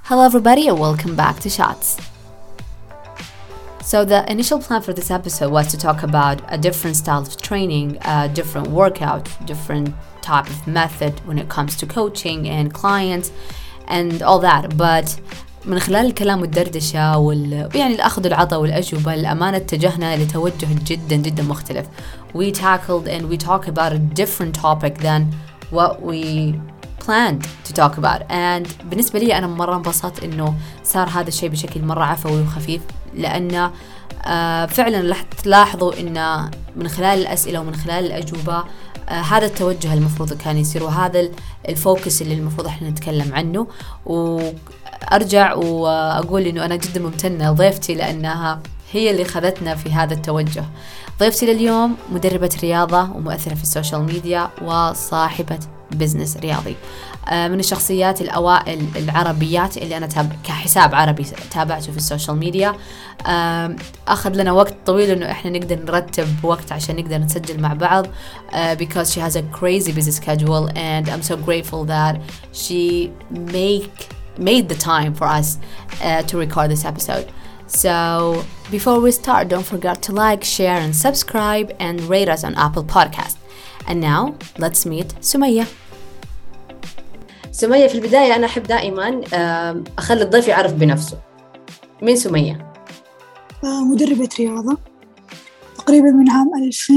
Hello everybody and welcome back to Shots. So the initial plan for this episode was to talk about a different style of training, a different workout, different type of method when it comes to coaching and clients and all that. But من خلال الكلام والدردشة يعني الأخذ والعطاء والأجوبة للأمانة اتجهنا لتوجه جدا مختلف. We tackled and we talked about a different topic than what we planned to talk about. And بالنسبة لي أنا مرة انبسطت إنه صار هذا الشيء بشكل مرة عفوي وخفيف، لأن فعلا رح تلاحظوا إن من خلال الأسئلة ومن خلال الأجوبة هذا التوجه المفروض كان يصير، وهذا الفوكس اللي المفروض احنا نتكلم عنه. وأرجع وأقول إنه أنا جدا ممتنة لضيفتي لأنها هي اللي خذتنا في هذا التوجه. ضيفتي لليوم مدربة رياضة ومؤثرة في السوشيال ميديا وصاحبة بزنس رياضي، من الشخصيات الأوائل العربيات اللي أنا كحساب عربي تابعته في السوشيال ميديا. أخذ لنا وقت طويل إنه إحنا نقدر نرتب وقت عشان نقدر نسجل مع بعض because she has a crazy busy schedule and I'm so grateful that she made the time for us to record this episode. So before we start, don't forget to like, share and subscribe and rate us on Apple Podcast. And now let's meet سمية. سمية، في البداية أنا أحب دائما أخلي الضيف يعرف بنفسه. مين سمية؟ مدربة رياضة تقريبا من عام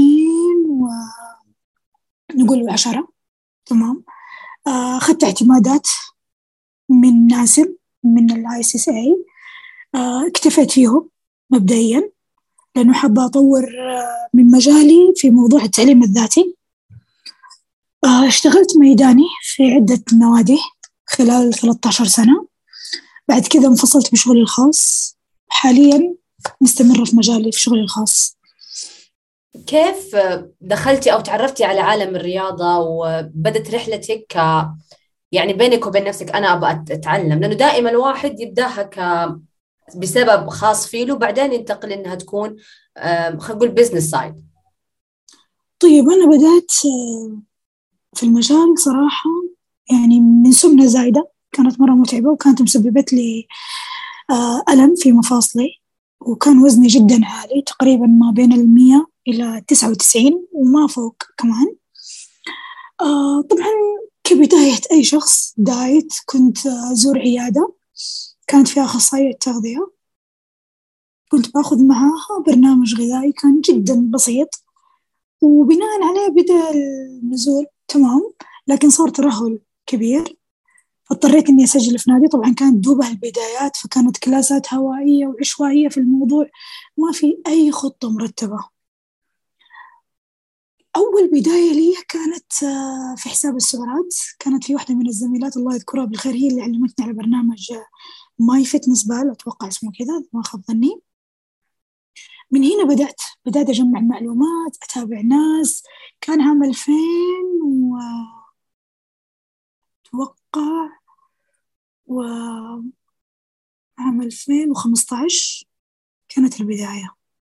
2010. تمام. أخذت اعتمادات من ناسم من ICCA. اكتفيت فيهم مبدئيا لأنه حابة أطور من مجالي في موضوع التعليم الذاتي. اشتغلت ميداني في عدة نوادي خلال 13 سنة. بعد كذا انفصلت بشغلي الخاص، حاليا مستمرة في مجالي في شغلي الخاص. كيف دخلتي أو تعرفتي على عالم الرياضة وبدت رحلتك يعني بينك وبين نفسك أنا أبغى أتعلم؟ لأنه دائما الواحد يبدأها بسبب خاص فيه له، بعدين ينتقل إنها تكون خلينا نقول بيزنس سايد. طيب أنا بدأت في المجال صراحة يعني من سمنة زايدة كانت مرة متعبة، وكانت مسببت لي ألم في مفاصلي، وكان وزني جدا عالي تقريبا ما بين 100 إلى 99 وما فوق كمان. طبعا كبداية أي شخص دايت كنت أزور عيادة كانت فيها أخصائية تغذية، كنت باخذ معاها برنامج غذائي كان جدا بسيط، وبناء عليه بدأ النزول. تمام. لكن صار ترهل كبير، فاضطريت إني أسجل في نادي. طبعا كانت دوبها البدايات، فكانت كلاسات هوائية وعشوائية في الموضوع، ما في أي خطة مرتبة. أول بداية لي كانت في حساب السعرات. كانت في واحدة من الزميلات الله يذكرها بالخير هي اللي علمتني على برنامج ماي فتنس بال، أتوقع اسمه كذا ما خاب ظني. من هنا بدأت أجمع معلومات، أتابع ناس. كان عام 2000 وأتوقع وعام 2015 كانت البداية.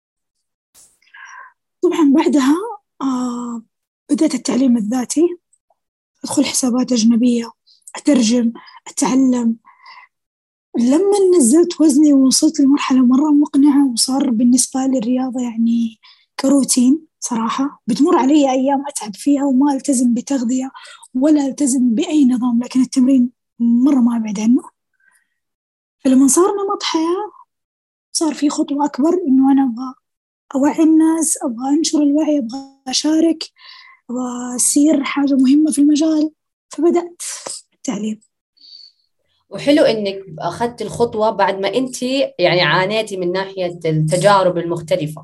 طبعا بعدها بدأت التعليم الذاتي، أدخل حسابات أجنبية، أترجم، أتعلم. لما نزلت وزني ووصلت لمرحلة مرة مقنعة، وصار بالنسبة لي الرياضة يعني كروتين صراحة. بتمر علي أيام أتعب فيها وما ألتزم بتغذية ولا ألتزم بأي نظام، لكن التمرين مرة ما أبعد عنه. فلما صار نمط حياة صار في خطوة أكبر، إنه أنا أبغى أوعي الناس، أبغى أنشر الوعي، أبغى أشارك، أبغى أصير حاجة مهمة في المجال. فبدأت التعليم. وحلو إنك أخذت الخطوة بعد ما أنت يعني عانيتي من ناحية التجارب المختلفة.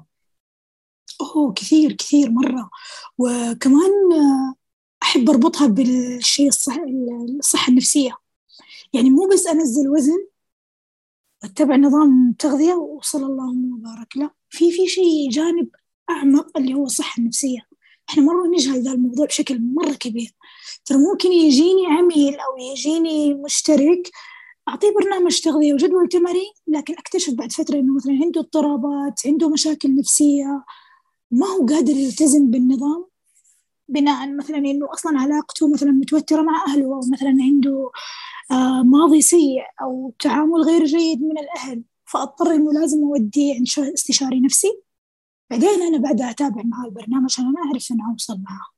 كثير مرة. وكمان أحب أربطها بالشيء الصحة النفسية. يعني مو بس أنزل وزن واتبع نظام تغذية وصلى اللهم وبارك، لا، في شيء جانب أعمق اللي هو الصحة النفسية. إحنا مرة نجهل ذا الموضوع بشكل مرة كبير. ترى ممكن يجيني عميل أو يجيني مشترك أعطيه برنامج تغذية وجدول تمارين، لكن أكتشف بعد فترة إنه مثلا عنده اضطرابات، عنده مشاكل نفسية، ما هو قادر يلتزم بالنظام. بناء مثلا إنه أصلا علاقته مثلا متوترة مع أهله، أو مثلا عنده ماضي سيء أو تعامل غير جيد من الأهل، فأضطر إنه لازم أوديه عند استشاري نفسي. بعدين أنا بعدها أتابع معاه البرنامج عشان أنا أعرف إنه أوصل معاه.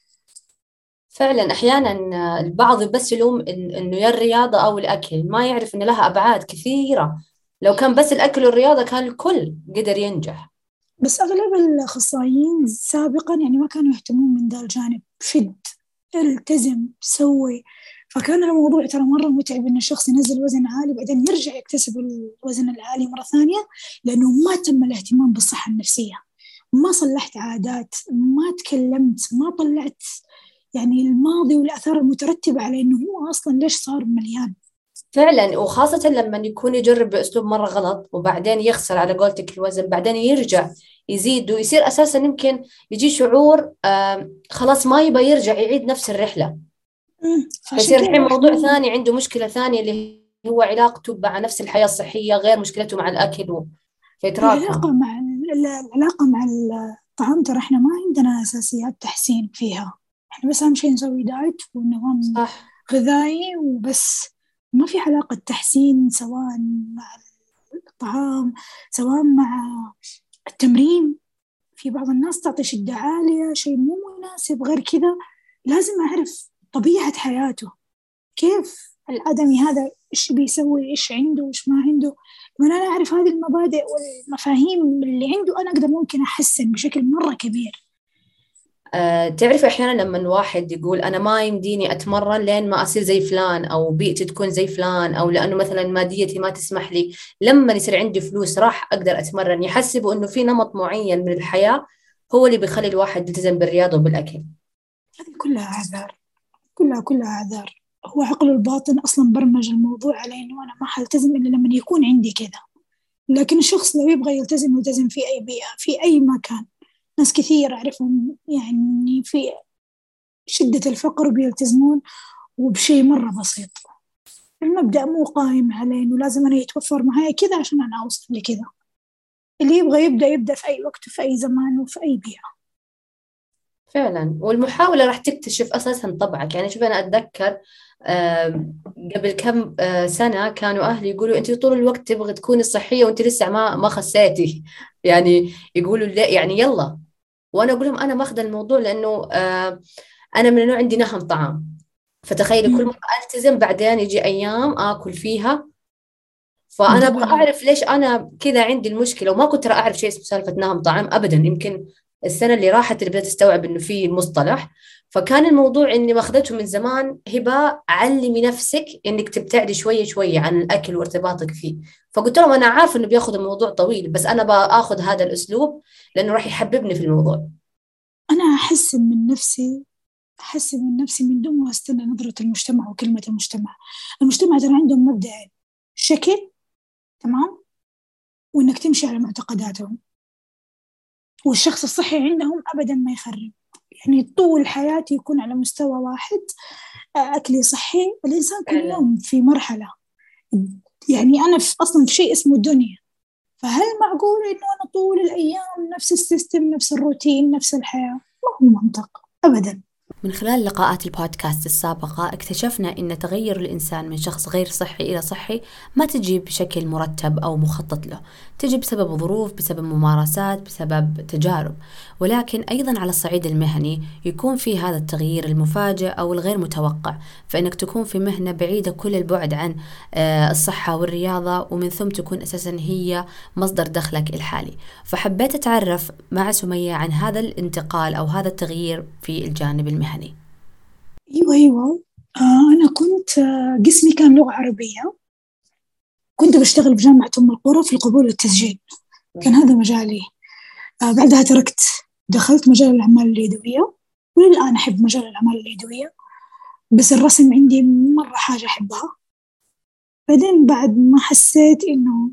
فعلا أحيانا البعض بس يلوم إنه يا الرياضة أو الأكل، ما يعرف إن لها أبعاد كثيرة. لو كان بس الأكل والرياضة كان الكل قدر ينجح. بس أغلب الأخصائيين سابقا يعني ما كانوا يهتمون من ذا الجانب، شد التزم سوي. فكان الموضوع ترى مرة متعب إن الشخص ينزل وزن عالي بعدين يرجع يكتسب الوزن العالي مرة ثانية، لأنه ما تم الاهتمام بالصحة النفسية، ما صلحت عادات، ما تكلمت، ما طلعت يعني الماضي والآثار المترتبة على إنه هو أصلا ليش صار مليان. فعلا، وخاصة لما يكون يجرب بأسلوب مرة غلط وبعدين يخسر على قولتك الوزن، بعدين يرجع يزيد ويصير أساسا يمكن يجي شعور خلاص ما يبغى يرجع يعيد نفس الرحلة. فعشان فيصير كذا الحين موضوع إحنا ثاني، عنده مشكلة ثانية اللي هو علاقته مع نفس الحياة الصحية غير مشكلته مع الأكل فيتراكم. العلاقة مع الطعام ترى إحنا ما عندنا أساسيات تحسين فيها. إحنا بس أهم شيء نسوي دايت ونظام صح. غذائي وبس. ما في علاقة تحسين سواء مع الطعام سواء مع التمرين. في بعض الناس تعطي شدة عالية، شيء مو مناسب. غير كذا لازم أعرف طبيعة حياته، كيف الآدمي هذا إيش بيسوي، إيش عنده، إيش ما عنده. لما أنا أعرف هذه المبادئ والمفاهيم اللي عنده أنا أقدر ممكن أحسن بشكل مرة كبير. تعرف أحيانا لما الواحد يقول أنا ما يمديني أتمرن لين ما أصير زي فلان، أو بيئتي تكون زي فلان، أو لأنه مثلا ماديتي ما تسمح لي، لما يصير عندي فلوس راح أقدر أتمرن. يحسبوا إنه في نمط معين من الحياة هو اللي بيخلي الواحد يلتزم بالرياضة وبالأكل. هذه كلها أعذار، كلها أعذار. هو عقله الباطن أصلا برمج الموضوع على إنه أنا ما حلتزم إلا لما يكون عندي كذا. لكن الشخص لو يبغى يلتزم يلتزم في أي بيئة في أي مكان. ناس كثير أعرفهم يعني في شدة الفقر بيلتزمون وبشيء مرة بسيط. المبدأ مو قائم على إنه لازم أنا يتوفر معي كذا عشان أنا أوصل لكذا. اللي يبغى يبدأ يبدأ في أي وقت وفي أي زمان وفي أي بيئة. فعلا، والمحاولة راح تكتشف أساسا طبعك. يعني شوف، أنا أتذكر قبل كم سنة كانوا أهلي يقولوا أنت طول الوقت تبغي تكوني صحية وأنت لسه ما خسيتي. يعني يقولوا لا يعني يلا. وأنا أقول لهم أنا ماخذ الموضوع لأنه أنا من النوع عندي نهم طعام. فتخيلي كل مرة ألتزم بعدين يجي أيام آكل فيها. فأنا أبغى دبل. أعرف ليش أنا كذا عندي المشكلة. وما كنت أعرف شيء اسمه سالفة نهم طعام أبدا. يمكن السنة اللي راحت اللي بدأت أستوعب إنه في المصطلح. فكان الموضوع إني ماخذته من زمان. هبة، علمي نفسك إنك تبتعدي شوية شوية عن الأكل وارتباطك فيه. فقلت لهم أنا عارفة إنه بياخذ الموضوع طويل، بس أنا بآخذ هذا الأسلوب لأنه راح يحببني في الموضوع. أنا أحسن من نفسي من دون ما أستنى نظرة المجتمع وكلمة المجتمع. المجتمع ترى عندهم مبدأين: شكل، تمام، وإنك تمشي على معتقداتهم. والشخص الصحي عندهم أبدا ما يخرب، يعني طول حياتي يكون على مستوى واحد. أكلي صحي. الإنسان كل فعلا. يوم في مرحلة، يعني أنا أصلا في شيء اسمه دنيا. فهل معقول إنه أنا طول الأيام نفس السيستم، نفس الروتين، نفس الحياة؟ ما هو منطق أبدا. من خلال لقاءات البودكاست السابقة اكتشفنا أن تغير الإنسان من شخص غير صحي إلى صحي ما تجي بشكل مرتب أو مخطط له، تجي بسبب ظروف، بسبب ممارسات، بسبب تجارب. ولكن أيضا على الصعيد المهني يكون في هذا التغيير المفاجئ أو الغير متوقع، فإنك تكون في مهنة بعيدة كل البعد عن الصحة والرياضة، ومن ثم تكون أساسا هي مصدر دخلك الحالي. فحبيت أتعرف مع سمية عن هذا الانتقال أو هذا التغيير في الجانب المهني. أيوة. أنا كنت قسمي كان لغة عربية. كنت بشتغل بجامعة أم القرى في القبول والتسجيل، كان هذا مجالي. بعدها تركت، دخلت مجال الأعمال اليدوية، وللآن أحب مجال الأعمال اليدوية. بس الرسم عندي مرة حاجة أحبها. بعدين بعد ما حسيت إنه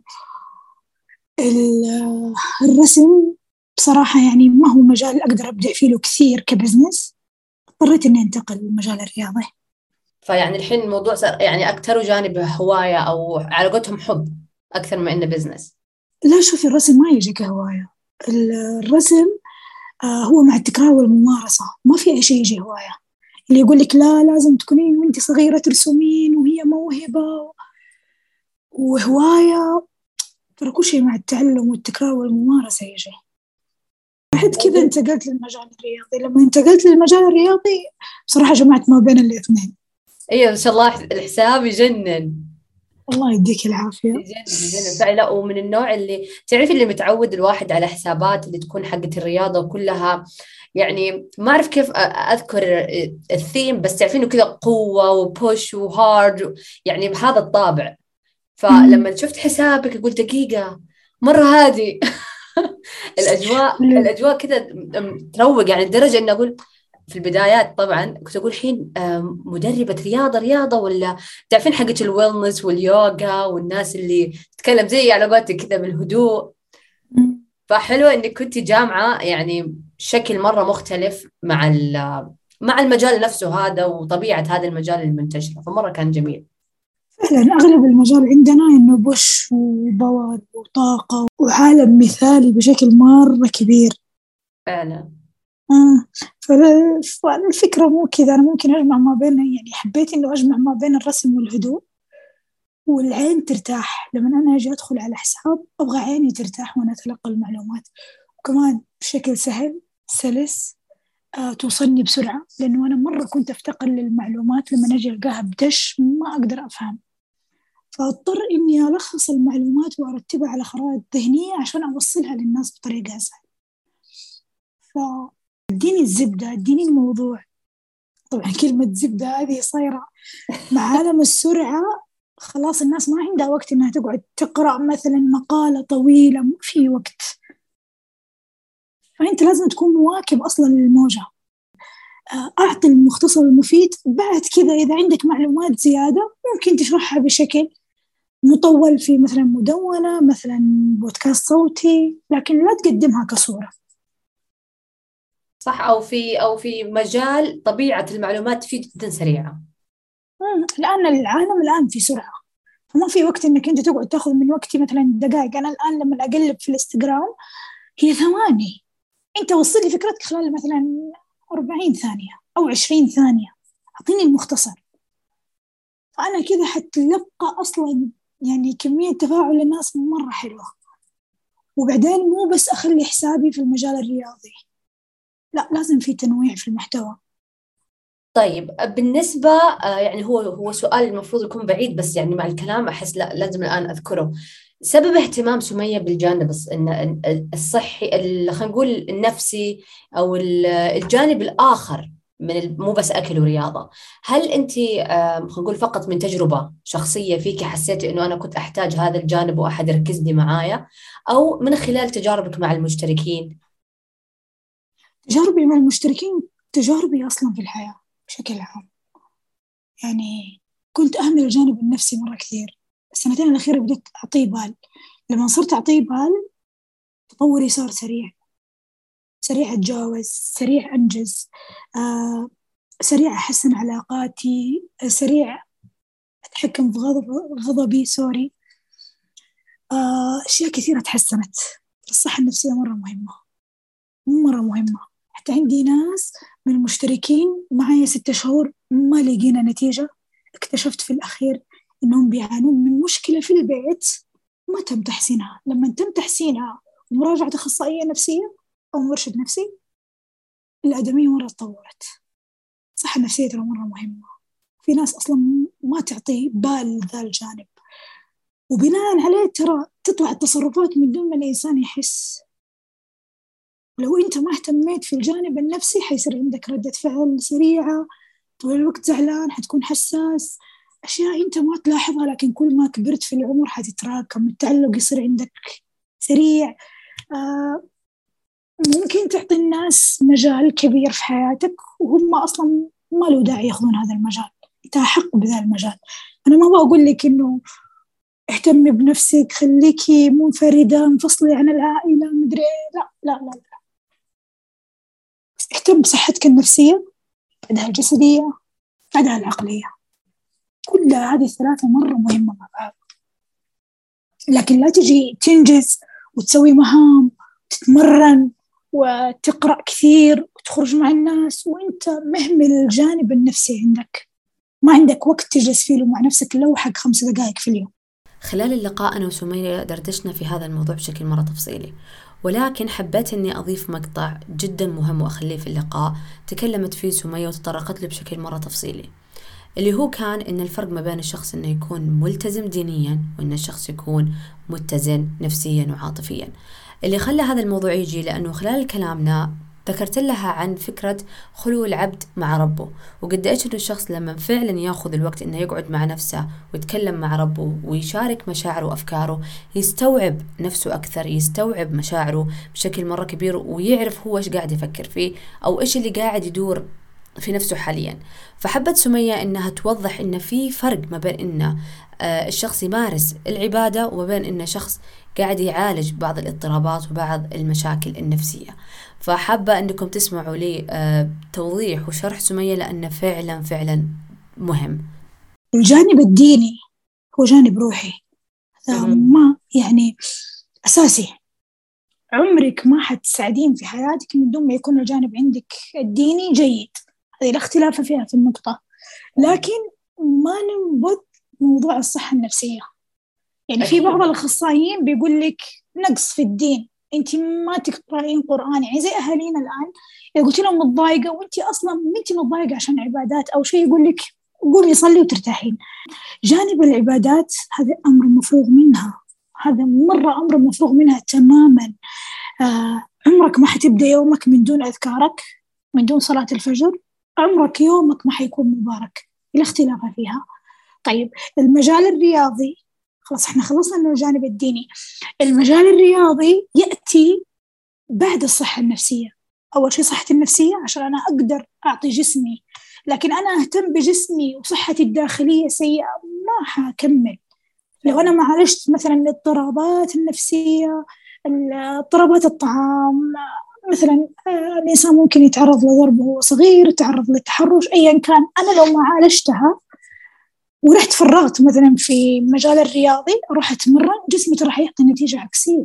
الرسم بصراحة يعني ما هو مجال أقدر أبدع فيه له كثير كبزنس، اضطريت إني أنتقل للمجال الرياضي. فيعني الحين الموضوع صار يعني أكثر جانب هواية أو على قولتهم حب أكثر ما إنه بزنس. لا شوفي، الرسم ما يجي كهواية. الرسم هو مع التكرار والممارسة، ما في أي شيء يجي هواية. اللي يقول لك لا لازم تكونين وانت صغيرة ترسمين وهي موهبة وهواية، ترى كل شيء مع التعلم والتكرار والممارسة يجي. بعد كذا انتقلت للمجال الرياضي. لما انتقلت للمجال الرياضي بصراحة جمعت ما بين الاثنين. ايوه، ما شاء الله الحساب يجنن. الله يديك العافية. يجنن فعلا. ومن النوع اللي تعرفي اللي متعود الواحد على حسابات اللي تكون حقت الرياضة وكلها، يعني ما أعرف كيف أذكر الثيم، بس تعرفين إنه كذا قوة وبوش وهارد، يعني بهذا الطابع. فلما شفت حسابك قلت دقيقة، مرة هادي. الأجواء كذا تروق، يعني لدرجة إني أقول في البدايات طبعا كنت أقول الحين مدربة رياضة ولا تعرفين حقة الويلنس واليوغا والناس اللي تتكلم زي على قولتك كذا بالهدوء. فحلوة إنك كنت جامعة يعني شكل مرة مختلف مع المجال نفسه هذا وطبيعة هذا المجال المنتشر، فمرة كان جميل. فعلا أغلب المجال عندنا إنه بوش وباور وطاقة وعالم مثالي بشكل مرة كبير فعلا. فالفكرة مو كذا. أنا ممكن أجمع ما بين، يعني حبيت إنه أجمع ما بين الرسم والهدوء، والعين ترتاح. لما أنا أجي أدخل على حساب أبغى عيني ترتاح وأنا أتلقى المعلومات، وكمان بشكل سهل سلس. توصلني بسرعة، لأنه أنا مرة كنت أفتقر للمعلومات لما أجي ألقاها بدش ما أقدر أفهم، فأضطر إني ألخص المعلومات وأرتبها على خرائط ذهنية عشان أوصلها للناس بطريقة أسهل. فاديني الزبدة، اديني الموضوع. طبعا كلمة زبدة هذه صايرة مع عالم السرعة، خلاص الناس ما عندها وقت إنها تقعد تقرأ مثلا مقالة طويلة، ما في وقت. فأنت لازم تكون مواكب أصلا للموجة. أعطي المختصر المفيد، بعد كذا إذا عندك معلومات زيادة ممكن تشرحها بشكل مطول في مثلا مدونة، مثلا بودكاست صوتي، لكن لا تقدمها كصورة. صح. أو في مجال طبيعة المعلومات فيه جدا سريعة. الآن العالم الآن في سرعة، فما في وقت إنك أنت تقعد تأخذ من وقتي مثلا دقائق. أنا الآن لما أقلب في الإنستغرام هي ثواني، أنت وصل لي فكرتك خلال مثلا 40 ثانية أو 20 ثانية، أعطيني المختصر. فأنا كذا حتلقى أصلا يعني كمية تفاعل الناس مرة حلوة. وبعدين مو بس أخلي حسابي في المجال الرياضي، لا لازم في تنويع في المحتوى. طيب بالنسبة يعني هو سؤال المفروض يكون بعيد، بس يعني مع الكلام أحس لا لازم الآن أذكره. سبب اهتمام سمية بالجانب الصحي، خلينا نقول النفسي، أو الجانب الآخر من مو بس أكل ورياضة، هل أنت خلينا نقول فقط من تجربة شخصية فيك حسيتي إنه أنا كنت أحتاج هذا الجانب وأحد يركز لي معايا، أو من خلال تجاربك مع المشتركين؟ تجاربي مع المشتركين، تجاربي أصلا في الحياة بشكل عام، يعني كنت أهمل الجانب النفسي مرة كثير. السنتين الأخيرة بدأت أعطيه بال. لما صرت أعطيه بال تطوري صار سريع، سريع أتجاوز، سريع أنجز، سريع أحسن علاقاتي، سريع أتحكم في غضبي سوري. أشياء كثيرة تحسنت. الصحة النفسية مرة مهمة، مرة مهمة. حتى عندي ناس من المشتركين معايا 6 شهور ما لقينا نتيجة. اكتشفت في الأخير إنهم بيعانون من مشكلة في البيت ما تم تحسينها. لما تم تحسينها ومراجعة أخصائية نفسية أو مرشد نفسي، الآدمية مرة تطورت. الصحة النفسية ترى مرة مهمة. في ناس أصلا ما تعطي بال ذا الجانب، وبناء عليه ترى تطلع التصرفات من دون ما الإنسان يحس. لو أنت ما اهتميت في الجانب النفسي حيصير عندك ردة فعل سريعة، طول الوقت زعلان، حتكون حساس. أشياء أنت ما تلاحظها لكن كل ما كبرت في العمر حتتراكم، التعلق يصير عندك سريع. ممكن تعطي الناس مجال كبير في حياتك وهم أصلا ما له داعي ياخذون هذا المجال. أنت أحق بهذا المجال. أنا ما بقول لك إنه اهتمي بنفسك، خليكي منفردة انفصلي عن العائلة مدري. لا لا لا لا، اهتم بصحتك النفسية، بعدها الجسدية، بعدها العقلية. كل هذه الثلاثة مرة مهمة مع بعض. لكن لا تجي تنجز وتسوي مهام وتتمرن وتقرأ كثير وتخرج مع الناس، وأنت مهمل الجانب النفسي عندك، ما عندك وقت تجلس فيه مع نفسك لو حق 5 دقائق في اليوم. خلال اللقاء أنا وسمية دردشنا في هذا الموضوع بشكل مرة تفصيلي، ولكن حبيت أني أضيف مقطع جدا مهم وأخليه في اللقاء تكلمت فيه سمية وتطرقت له بشكل مرة تفصيلي، اللي هو كان إن الفرق ما بين الشخص إنه يكون ملتزم دينيا وإن الشخص يكون متزن نفسيا وعاطفيا. اللي خلى هذا الموضوع يجي لأنه خلال كلامنا ذكرت لها عن فكرة خلو العبد مع ربه، وقد إيش إنه الشخص لما فعلا ياخذ الوقت إنه يقعد مع نفسه ويتكلم مع ربه ويشارك مشاعره وأفكاره، يستوعب نفسه أكثر، يستوعب مشاعره بشكل مرة كبير، ويعرف هو إيش قاعد يفكر فيه أو إيش اللي قاعد يدور في نفسه حاليا. فحبت سمية إنها توضح إن في فرق ما بين إن الشخص يمارس العبادة وما بين إن شخص قاعد يعالج بعض الاضطرابات وبعض المشاكل النفسية. فحابة أنكم تسمعوا لي توضيح وشرح سمية لأنه فعلا فعلا مهم. الجانب الديني هو جانب روحي، ما يعني أساسي. عمرك ما حتساعدين في حياتك من دون ما يكون الجانب عندك الديني جيد. هذه الاختلاف فيها في النقطة، لكن ما ننبذ موضوع الصحة النفسية. يعني في بعض الأخصائيين بيقول لك نقص في الدين، أنت ما تقرأين قرآن. يعني زي أهالينا الآن إذا قلت لهم متضايقة وأنت أصلا أنت متضايقة عشان عبادات أو شيء، يقول لك قولي صلي وترتاحين. جانب العبادات هذا أمر مفروغ منها، هذا مرة أمر مفروغ منها تماما. عمرك ما حتبدأ يومك من دون أذكارك، من دون صلاة الفجر، عمرك يومك ما حيكون مبارك، لا اختلاف فيها. طيب المجال الرياضي، خلاص احنا خلصنا من الجانب الديني. المجال الرياضي يأتي بعد الصحة النفسية. أول شيء صحتي النفسية عشان أنا أقدر أعطي جسمي، لكن أنا أهتم بجسمي وصحتي الداخلية سيئة ما حكمل. لو أنا ما عالجت مثلا الاضطرابات النفسية، اضطرابات الطعام مثلا، الإنسان ممكن يتعرض لضرب وهو صغير، يتعرض للتحرش أيا كان. أنا لو ما عالجتها ورحت فرغت مثلا في مجال الرياضي أروح أتمرن، جسمي راح يعطي نتيجة عكسية.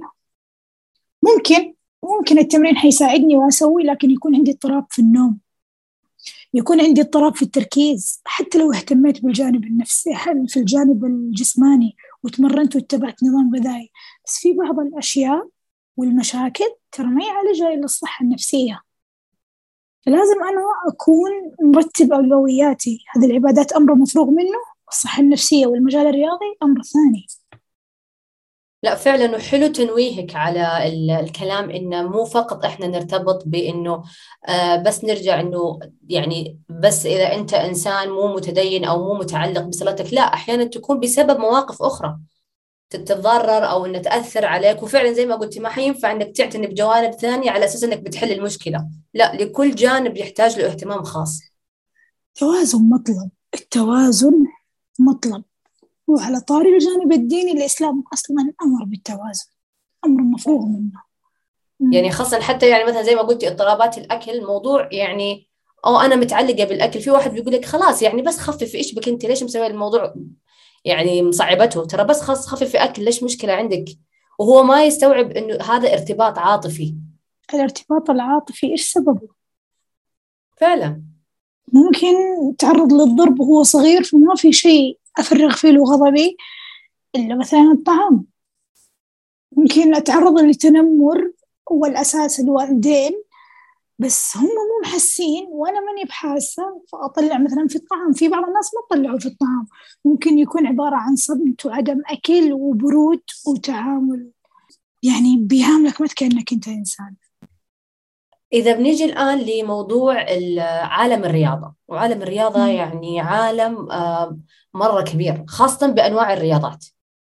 ممكن التمرين حيساعدني وأسوي، لكن يكون عندي اضطراب في النوم، يكون عندي اضطراب في التركيز. حتى لو اهتميت بالجانب النفسي في الجانب الجسماني وتمرنت واتبعت نظام غذائي، بس في بعض الأشياء والمشاكل ترى ما يعالجها إلا الصحة النفسية. لازم أنا أكون مرتب أولوياتي. هذه العبادات أمر مفروغ منه، الصحة النفسية والمجال الرياضي أمر ثاني. لا فعلا، وحلو تنويهك على الكلام إنه مو فقط إحنا نرتبط بإنه بس نرجع إنه يعني بس إذا أنت إنسان مو متدين أو مو متعلق بصلاتك، لا، أحيانا تكون بسبب مواقف أخرى تتضرر أو إنه تأثر عليك، وفعلا زي ما قلتي ما حينفع إنك تعتني بجوانب ثانية على أساس إنك بتحل المشكلة. لا، لكل جانب يحتاج له اهتمام خاص. توازن مطلب، التوازن مطلب. وعلى طاري الجانب الديني، الإسلام أصلاً أمر بالتوازن، أمر مفروغ منه. يعني خاصة حتى يعني مثلا زي ما قلتي اضطرابات الأكل، موضوع يعني أنا متعلقة بالأكل، في واحد بيقول لك خلاص يعني بس خففي، إيش بك أنت، ليش مسوي الموضوع يعني مصعبته، ترى بس خلاص خففي أكل، ليش مشكلة عندك؟ وهو ما يستوعب إنه هذا ارتباط عاطفي. الارتباط العاطفي إيش سببه؟ فعلا ممكن تعرض للضرب وهو صغير، فما في شيء أفرغ فيه غضبي إلا مثلا الطعام. ممكن أتعرض للتنمر، والأساس الوالدين، بس هم مو محسين وأنا ماني بحاسة، فأطلع مثلا في الطعام. في بعض الناس ما تطلعوا في الطعام، ممكن يكون عبارة عن صمت وعدم أكل وبرود وتعامل، يعني بيعاملك مثل كأنك أنت إنسان. إذا بنيجي الآن لموضوع عالم الرياضة، وعالم الرياضة يعني عالم مرة كبير، خاصة بأنواع الرياضات.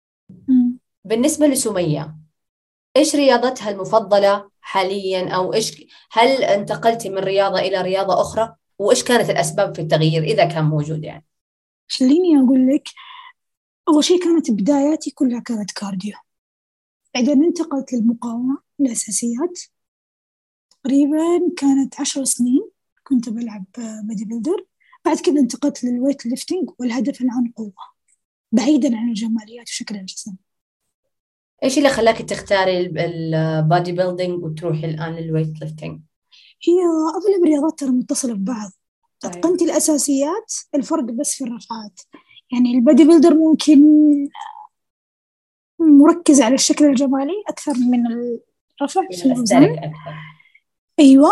بالنسبة لسمية، إيش رياضتها المفضلة حاليا، أو هل انتقلتي من رياضة إلى رياضة أخرى، وإيش كانت الأسباب في التغيير إذا كان موجود يعني؟ خليني أقول لك، أول شيء كانت بداياتي كلها كانت كارديو، بعدين انتقلت للمقاومة الأساسيات. تقريبا كانت 10 سنين كنت بلعب بادي بيلدر. بعد كده انتقلت للويت ليفتنج، والهدف عن قوة بعيدا عن الجماليات وشكل الجسم. إيش اللي خلاك تختاري البادي بيلدينج وتروحي الآن للويت ليفتنج؟ هي أغلب الرياضات ترى متصلة ببعض، صحيح. أتقنت الأساسيات، الفرق بس في الرفعات. يعني البادي بيلدر ممكن مركز على الشكل الجمالي أكثر من الرفع من في الأوزان. الأستريك أكثر. أيوة،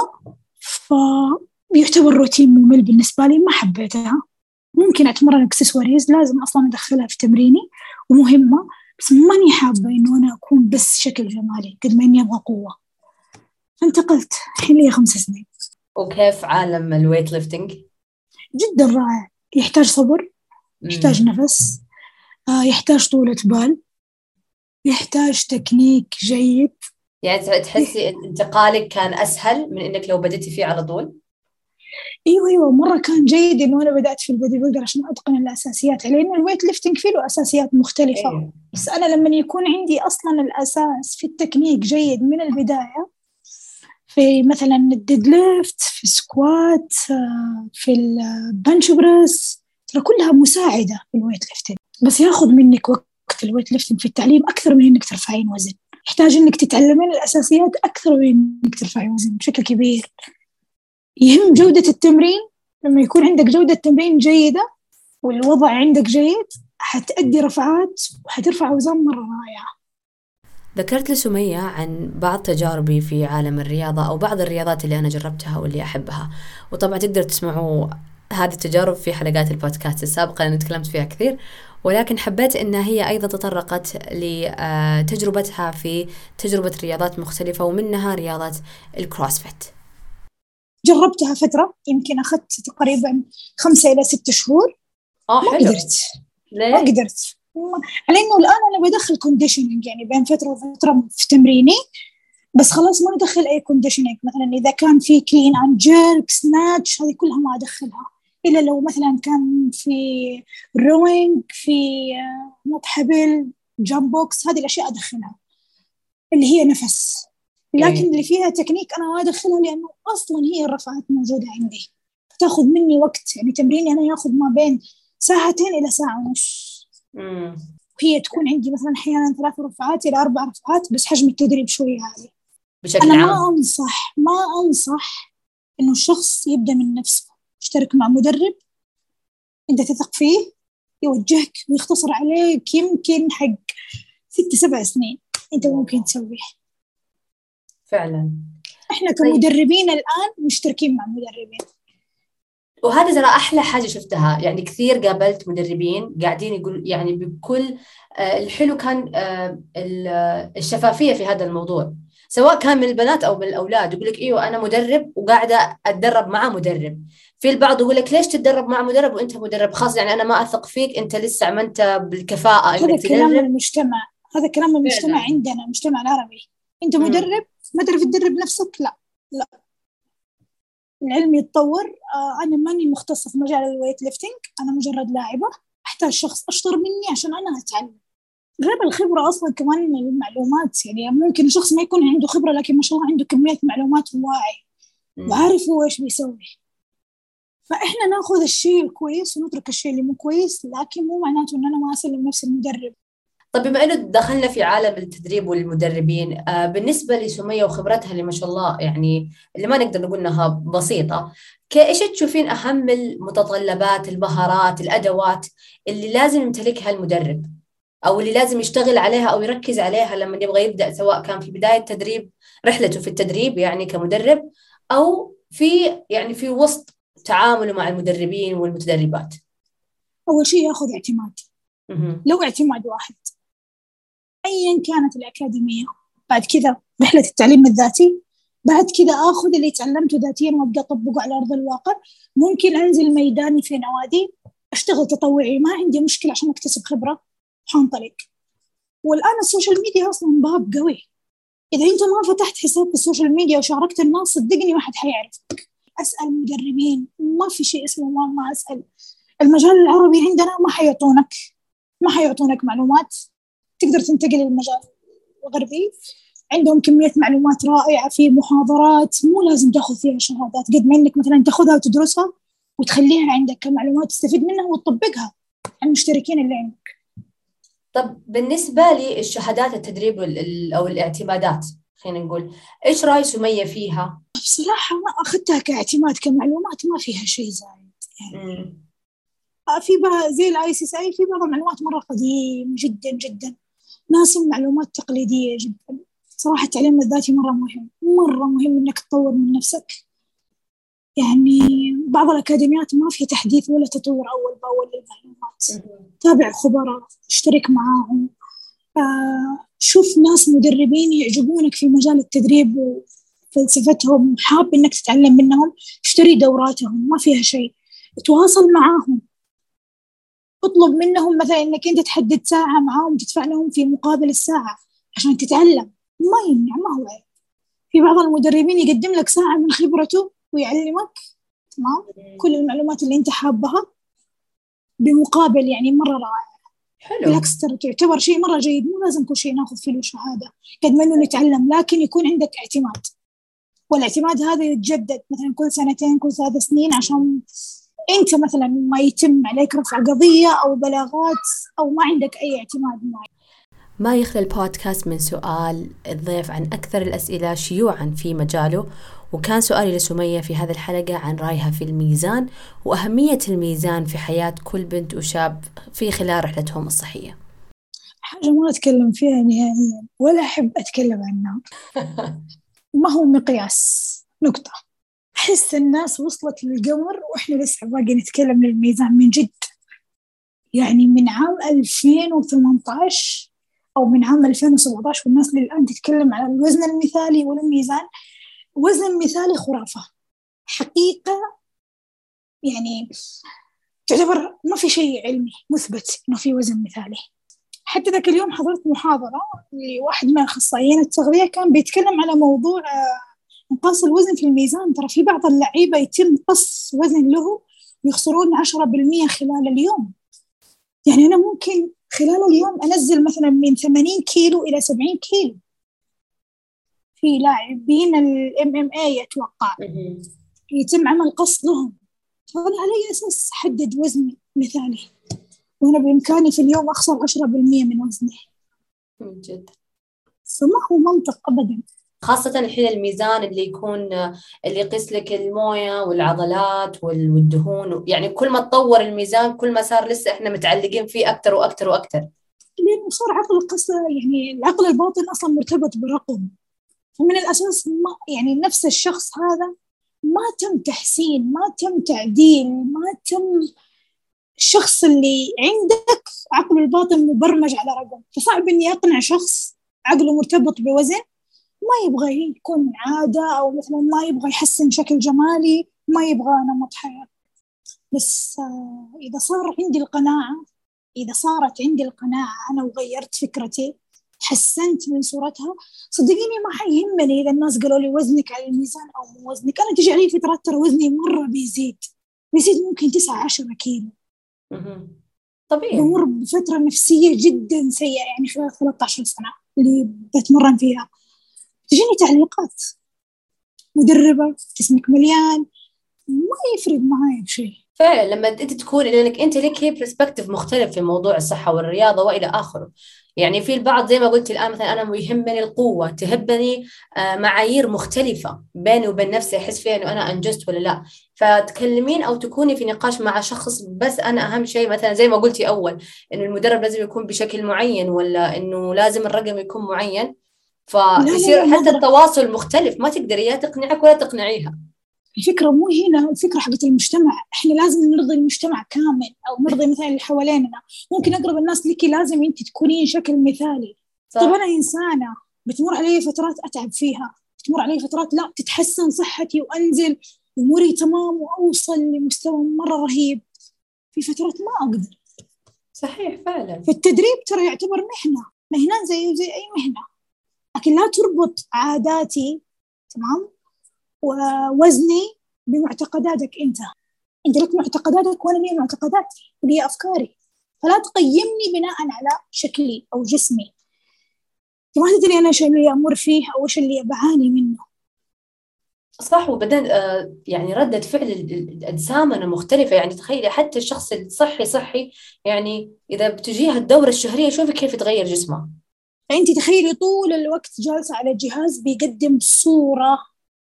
فبيعتبر روتين ممل بالنسبة لي، ما حبيتها. ممكن أتمرن إكسسوارز، لازم أصلا أدخلها في تمريني ومهمة، بس ماني حابة إنه أنا أكون بس شكل جمالي قد ما إني أبغى قوة. فانتقلت الحين لي 5 سنين. وكيف عالم الويت ليفتنج؟ جدا رائع، يحتاج صبر، يحتاج مم. نفس، يحتاج طولة بال، يحتاج تكنيك جيد. يعني تحسي انتقالك كان أسهل من إنك لو بديتي فيه على طول؟ ايوه ايوه، مره كان جيد انه انا بدات في البودي بيلدر عشان اتقن الاساسيات، لان الويت ليفتنج فيه له اساسيات مختلفه. ايه. بس انا لما يكون عندي اصلا الاساس في التكنيك جيد من البدايه، في مثلا الديد ليفت، في السكوات، في البنش بريس، ترى كلها مساعده في الويت ليفتنج. بس ياخذ منك وقت الويت ليفتنج في التعليم اكثر من انك ترفعين وزن. يحتاج انك تتعلمين الاساسيات اكثر من انك ترفعين وزن بشكل كبير. يهم جودة التمرين. لما يكون عندك جودة تمرين جيدة والوضع عندك جيد، حتأدي رفعات وحترفع أوزان مرة رائعة. ذكرت لسمية عن بعض تجاربي في عالم الرياضة أو بعض الرياضات اللي أنا جربتها واللي أحبها، وطبعا تقدر تسمعوا هذه التجارب في حلقات البودكاست السابقة لأن تكلمت فيها كثير، ولكن حبيت أنها هي أيضا تطرقت لتجربتها في تجربة رياضات مختلفة ومنها رياضة الكروسفيت. جربتها فترة، يمكن أخذت تقريبا 5 إلى 6 شهور. ما حلو. قدرت ما ليه؟ قدرت لأنه الآن أنا بدخل كونديشنينج، يعني بين فترة وفترة في تمريني، بس خلاص ما أدخل أي كونديشنينج. مثلا إذا كان في كلين عن جيرك سناتش، هذه كلها ما أدخلها، إلا لو مثلا كان في روينج، في نط حبل، جامب بوكس، هذه الأشياء أدخلها اللي هي نفس. إيه. لكن اللي فيها تكنيك أنا ما أدخلها، لأنه أصلا هي الرفعات موجودة عندي، تاخذ مني وقت. يعني تمريني أنا ياخذ ما بين 2 إلى 1.5 ساعة. مم. وهي تكون عندي مثلا أحيانا 3 رفعات إلى 4 رفعات، بس حجم التدريب شوية عالي. بشكل أنا عام. ما أنصح إنه الشخص يبدأ من نفسه. اشترك مع مدرب أنت تثق فيه، يوجهك ويختصر عليك، يمكن حق 6 7 سنين أنت ممكن تسويه. فعلا. إحنا طيب. كمدربين الآن مشتركين مع مدربين. وهذا ترى أحلى حاجة شفتها، يعني كثير قابلت مدربين قاعدين يقول يعني بكل الحلو كان الشفافية في هذا الموضوع، سواء كان من البنات أو من الأولاد. يقول لك إيوه أنا مدرب وقاعدة أتدرب مع مدرب. في البعض يقول لك ليش تتدرب مع مدرب وأنت مدرب خاص، يعني أنا ما أثق فيك، أنت لسه ما أنت بالكفاءة هذا إنك كلام تدرب. المجتمع، هذا كلام المجتمع فعلا. عندنا، المجتمع العربي. أنت امم. مدرب، ما تعرف تدرب نفسك؟ لا لا، العلم يتطور. أنا ماني مختصة في مجال الويت ليفتنج، أنا مجرد لاعبة، أحتاج شخص أشطر مني عشان أنا أتعلم. غير الخبرة أصلا كمان المعلومات، يعني ممكن شخص ما يكون عنده خبرة لكن ما شاء الله عنده كمية معلومات وواعي وعارف هو إيش بيسوي. فإحنا ناخذ الشيء الكويس ونترك الشيء اللي مو كويس، لكن مو معناته إن أنا ما أسلم نفسي المدرب. طيب بما انه دخلنا في عالم التدريب والمدربين، بالنسبه لسميه وخبرتها اللي ما شاء الله يعني اللي ما نقدر نقول انها بسيطه، ايش تشوفين اهم المتطلبات، المهارات، الادوات اللي لازم يمتلكها المدرب او اللي لازم يشتغل عليها او يركز عليها لما يبغى يبدا، سواء كان في بدايه تدريب رحلته في التدريب يعني كمدرب، او في وسط تعامله مع المدربين والمتدربات؟ أول شيء ياخذ اعتماد، مهم. لو اعتماد واحد أيا كانت الأكاديمية. بعد كذا رحلة التعليم الذاتي، بعد كذا آخذ اللي تعلمته ذاتيا وأبدأ أطبقه على أرض الواقع. ممكن أنزل ميداني في نوادي، أشتغل تطوعي، ما عندي مشكلة عشان أكتسب خبرة، حنطلق. والآن السوشيال ميديا أصلا باب قوي، إذا أنت ما فتحت حساب في السوشيال ميديا وشاركت الناس، صدقني ما حد حيعرفك. أسأل مدربين، ما في شيء اسمه ما أسأل. المجال العربي عندنا ما حيعطونك معلومات. تقدر تنتقل للمجال الغربي، عندهم كمية معلومات رائعة في محاضرات، مو لازم تاخذ فيها شهادات، قد ما انك مثلا تاخذها وتدرسها وتخليها عندك كمعلومات تستفيد منها وتطبقها على المشتركين اللي عندك. طب بالنسبة لي الشهادات التدريب أو الاعتمادات، خلينا نقول إيش رأي سمية فيها؟ بصراحة ما أخذتها كاعتماد، كمعلومات ما فيها شيء زايد يعني. مم. في بعض زي الICSI، في بعض المعلومات مرة قديم جدا جدا، ناسي معلومات تقليدية جدا. صراحة التعليم الذاتي مرة مهم، مرة مهم إنك تطور من نفسك. يعني بعض الأكاديميات ما فيها تحديث ولا تطور أول بأول للمعلومات. تابع خبراء، اشترك معاهم، شوف ناس مدربين يعجبونك في مجال التدريب وفلسفتهم، حاب إنك تتعلم منهم، اشتري دوراتهم ما فيها شيء. تواصل معاهم، اطلب منهم مثلا إنك أنت تحدد ساعة معاهم تدفع لهم في مقابل الساعة عشان تتعلم، ما يمنع، ما هو عيب. في بعض المدربين يقدم لك ساعة من خبرته ويعلمك تمام كل المعلومات اللي أنت حابها بمقابل، يعني مرة رائع. حلو. بالعكس ترى تعتبر شيء مرة جيد، مو لازم كل شيء ناخذ فيه شهادة، قد ما إنه نتعلم، لكن يكون عندك اعتماد، والاعتماد هذا يتجدد مثلا كل سنتين كل 3 سنين، عشان أنت مثلا ما يتم عليك رفع قضية أو بلاغات أو ما عندك أي اعتماد معين. ما يخلى البودكاست من سؤال الضيف عن أكثر الأسئلة شيوعاً في مجاله، وكان سؤالي لسمية في هذه الحلقة عن رأيها في الميزان وأهمية الميزان في حياة كل بنت وشاب في خلال رحلتهم الصحية. حاجة ما أتكلم فيها نهائيا ولا أحب أتكلم عنها. ما هو مقياس، نقطة. أحس الناس وصلت للقمر وإحنا لسه باقي نتكلم للميزان من جد. يعني من عام 2018 أو من عام 2017 والناس للآن تتكلم على الوزن المثالي والميزان. وزن المثالي خرافة حقيقة، يعني تعتبر ما في شيء علمي مثبت إنه في وزن مثالي. حتى ذاك اليوم حضرت محاضرة لواحد من أخصائيين التغذية كان بيتكلم على موضوع نقاس الوزن في الميزان. ترى في بعض اللعيبة يتم قص وزن له ويخسرون 10% خلال اليوم. يعني أنا ممكن خلال اليوم أنزل مثلا من 80 كيلو إلى 70 كيلو في لاعبين MMA يتوقع يتم عمل قص لهم. فأنا على أي أساس أحدد وزن مثالي وأنا بإمكاني في اليوم أخسر 10% من وزني؟ من جد. فما هو منطق أبدا. خاصة الحين الميزان اللي يكون اللي يقيس لك الموية والعضلات والدهون، يعني كل ما تطور الميزان كل ما صار لسه احنا متعلقين فيه أكتر وأكتر وأكتر، لأنه صار عقل قصة، يعني العقل الباطن أصلا مرتبط برقم. فمن الأساس ما يعني نفس الشخص هذا ما تم تحسين، ما تم تعديل، ما تم. الشخص اللي عندك عقله الباطن مبرمج على رقم، فصعب إني أقنع شخص عقله مرتبط بوزن ما يبغى يكون عادة، أو مثلا ما يبغى يحسن شكل جمالي، ما يبغى نمط حياة. بس إذا صار عندي القناعة، إذا صارت عندي القناعة أنا وغيرت فكرتي، حسنت من صورتها، صدقيني ما حيهمني إذا الناس قالوا لي وزنك على الميزان أو مو وزنك. أنا تجي علي فترات ترى وزني مرة بيزيد ممكن 9-10 كيلو. طبيعي. بمر بفترة نفسية جدا سيئة يعني خلال 13 سنة اللي بتمرن فيها. تجيني تعليقات مدربة جسمك مليان، ما يفرق معايا بشيء. فعلا لما انت تكون لانك انت لك برسبكتيف مختلف في موضوع الصحه والرياضه والى اخره. يعني في البعض زي ما قلت الان مثلا انا يهمني القوه، تهمني معايير مختلفه بيني وبين نفسي احس فيها انه انا انجزت ولا لا. فتكلمين او تكوني في نقاش مع شخص، بس انا اهم شيء مثلا زي ما قلتي اول انه المدرب لازم يكون بشكل معين ولا انه لازم الرقم يكون معين، لا لا فيصير لا حتى نظرة. التواصل مختلف، ما تقدري يا تقنعك ولا تقنعيها. الفكرة مو هنا، الفكرة حقت المجتمع. احنا لازم نرضي المجتمع كامل او نرضي مثلا اللي حواليننا. ممكن اقرب الناس لك لازم انت تكونين شكل مثالي. طب صح. انا انسانة بتمر علي فترات اتعب فيها، بتمر علي فترات لا تتحسن صحتي وانزل اموري تمام واوصل لمستوى مرة رهيب، في فترات ما اقدر. صحيح فعلا. فالتدريب ترى يعتبر مهنة زي اي مهنة، لكن لا تربط عاداتي تمام ووزني بمعتقداتك. انت لك معتقداتك وانا لي معتقداتي ولي افكاري، فلا تقيمني بناء على شكلي او جسمي. انت ما تدري انا ايش اللي امر فيه او ايش اللي بعاني منه. صح. وبعدين يعني ردة فعل أجسامنا مختلفة. يعني تخيلي حتى الشخص الصحي يعني إذا بتجيها الدورة الشهرية شوفي كيف يتغير جسمه. فأنت تخيلي طول الوقت جالسة على جهاز بيقدم صورة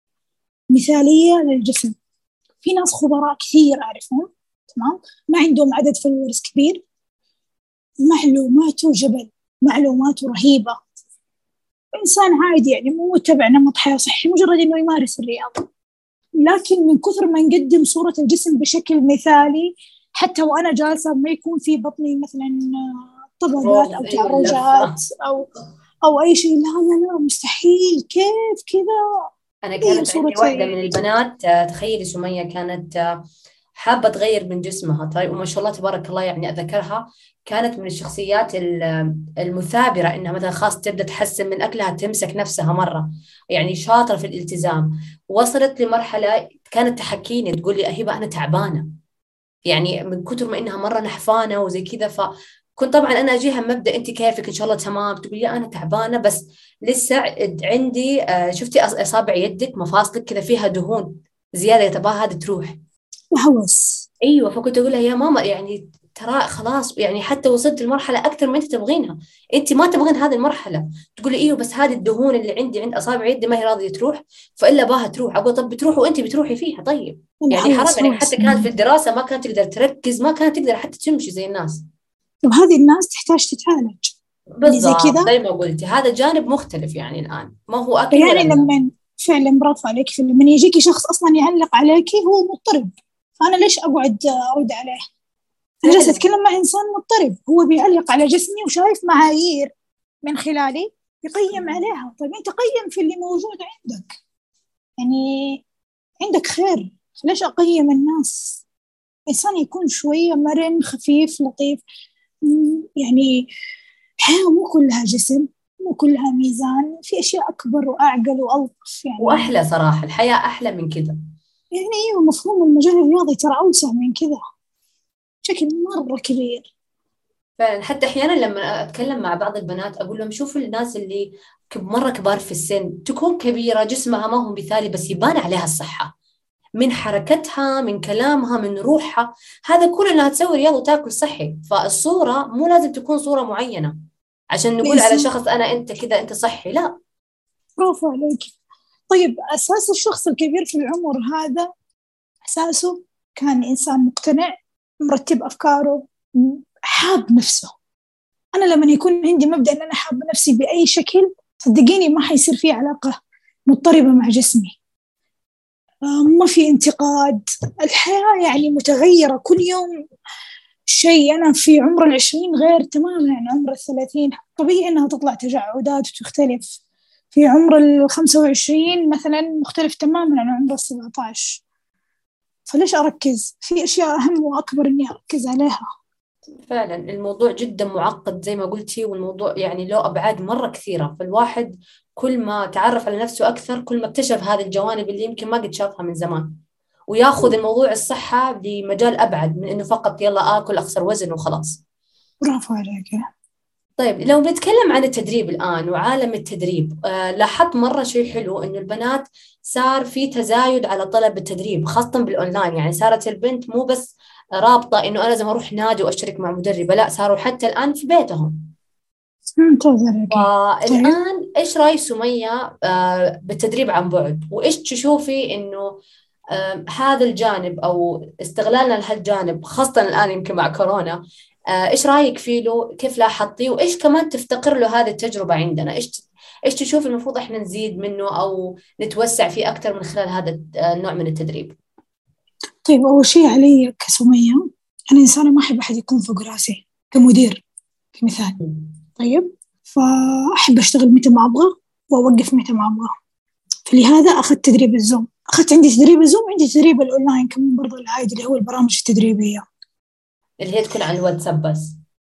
مثالية للجسم. في ناس خبراء كثير أعرفهم، تمام، ما عندهم عدد فولورز كبير، معلوماته جبل، معلوماته رهيبة، إنسان عادي يعني مو متبع نمط حياة صحي، مجرد إنه يمارس الرياضة، لكن من كثر ما نقدم صورة الجسم بشكل مثالي، حتى وأنا جالسة ما يكون في بطني مثلا طبقات أو روز، أيوة تعرجات اللفة. أو أي شيء، لا لا لا مستحيل، كيف كذا؟ أنا هي كانت صورة عندي واحدة من البنات تخيلي سمية كانت حابة تغير من جسمها. طيب وما شاء الله تبارك الله يعني أذكرها كانت من الشخصيات المثابرة، إنها مثلا خاص تبدأ تحسن من أكلها، تمسك نفسها مرة، يعني شاطرة في الالتزام. وصلت لمرحلة كانت تحكيني تقول لي أهيبة أنا تعبانة، يعني من كثر ما إنها مرة نحفانة وزي كذا. فكنت طبعا أنا أجيها مبدأ أنت كيفك إن شاء الله تمام، تقول لي أنا تعبانة بس لسه عندي شفتي أصابع يدك مفاصلك كذا فيها دهون زيادة تبغى هذه تروح. الهوس. ايوه. فكنت اقول لها يا ماما يعني ترى خلاص يعني حتى وصلت لمرحله اكثر ما انت تبغينها، انت ما تبغين هذه المرحله. تقولي ايوه بس هذه الدهون اللي عندي عند اصابع يدي ما هي راضيه تروح، فالا باها تروح. اقول طب بتروح وانت بتروحي فيها طيب. يعني حرام الهوس يعني هوس. حتى كانت في الدراسه ما كانت تقدر تركز، ما كانت تقدر حتى تمشي زي الناس. طب هذه الناس تحتاج تتعالج اللي زي بالضبط كذا. زي ما قلتي هذا جانب مختلف يعني الان ما هو اكل فيعني ولا منام. لما فعلا برافو عليك، لما يجيكي شخص أصلا يعلق عليكي هو مضطرب، فأنا ليش أقعد أرد عليه؟ أنا جالسة فعلا. أتكلم مع إنسان مضطرب، هو بيعلق على جسمي وشايف معايير من خلالي يقيم عليها. طيب أنت قيم في اللي موجود عندك، يعني عندك خير، ليش أقيم الناس؟ إنسان يكون شوية مرن خفيف لطيف. يعني الحياة مو كلها جسم، مو كلها ميزان، في أشياء أكبر وأعقل وألطف يعني. واحلى صراحه الحياه احلى من كذا. يعني أيوة، مفهوم المجال الرياضي ترى أوسع من كذا بشكل مرة كبير. فعلا. حتى احيانا لما اتكلم مع بعض البنات اقول لهم شوفوا الناس اللي مره كبار في السن، تكون كبيره جسمها ما هو مثالي بس يبان عليها الصحه، من حركتها من كلامها من روحها، هذا كله انها تسوي رياضه وتاكل صحي. فالصوره مو لازم تكون صوره معينه عشان نقول على الإنسان، شخص انا انت كذا انت صحي، لا. برافو عليك. طيب أساس الشخص الكبير في العمر هذا، أساسه كان إنسان مقتنع، مرتب أفكاره، حاب نفسه. أنا لما يكون عندي مبدأ إن أنا حابة نفسي بأي شكل، صدقيني ما حيصير في علاقة مضطربة مع جسمي. ما في انتقاد، الحياة يعني متغيرة كل يوم شيء. أنا في عمر العشرين غير تماما عن عمر الثلاثين، طبيعي إنها تطلع تجاعدات وتختلف. في عمر الخمسة وعشرين مثلا مختلف تماما عن عمر السبعة عشر، فليش أركز في أشياء أهم وأكبر إني أركز عليها؟ فعلا الموضوع جدا معقد زي ما قلتي، والموضوع يعني له أبعاد مرة كثيرة. فالواحد كل ما تعرف على نفسه أكثر كل ما اكتشف هذه الجوانب اللي يمكن ما قد شافها من زمان، وياخذ الموضوع الصحة لمجال أبعد من إنه فقط يلا آكل أخسر وزن وخلاص. برافو عليك. طيب لو بنتكلم عن التدريب الآن وعالم التدريب، لاحظت مرة شيء حلو إنه البنات صار في تزايد على طلب التدريب خاصة بالأونلاين. يعني صارت البنت مو بس رابطة إنه أنا لازم أروح نادي وأشترك مع مدربة، لا صاروا حتى الآن في بيتهم. ممتاز عليك. طيب، والآن إيش رأي سمية بالتدريب عن بعد، وإيش تشوفي إنه هذا الجانب أو استغلالنا لهالجانب خاصة الآن يمكن مع كورونا، إيش رأيك فيه له، كيف لاحظتيه، وإيش كمان تفتقر له هذه التجربة عندنا، إيش تشوف المفروض إحنا نزيد منه أو نتوسع فيه أكثر من خلال هذا النوع من التدريب؟ طيب أول شيء علي كسمية، أنا إنسانة ما أحب أحد يكون فوق راسي كمدير كمثال. طيب، فأحب أشتغل متى ما أبغى وأوقف متى ما أبغى، فلهذا أخذت تدريب الزوم، أخذت عندي تدريب الزوم، عندي تدريب الأونلاين كمان برضه العادي اللي هو البرامج التدريبية. اللي هي تكون على الواتساب بس؟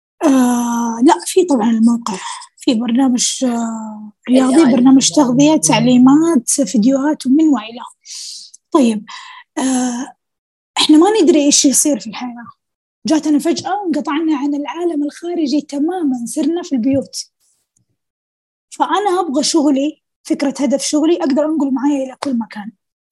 لا، في طبعا الموقع، في برنامج اللي رياضي، اللي برنامج تغذية، تعليمات، فيديوهات ومن وإلى. طيب، آه إحنا ما ندري إيش يصير في الحياة، جاتنا فجأة وانقطعنا عن العالم الخارجي تماما، صرنا في البيوت. فأنا أبغى شغلي، فكرة هدف شغلي أقدر أنقل معايا إلى كل مكان.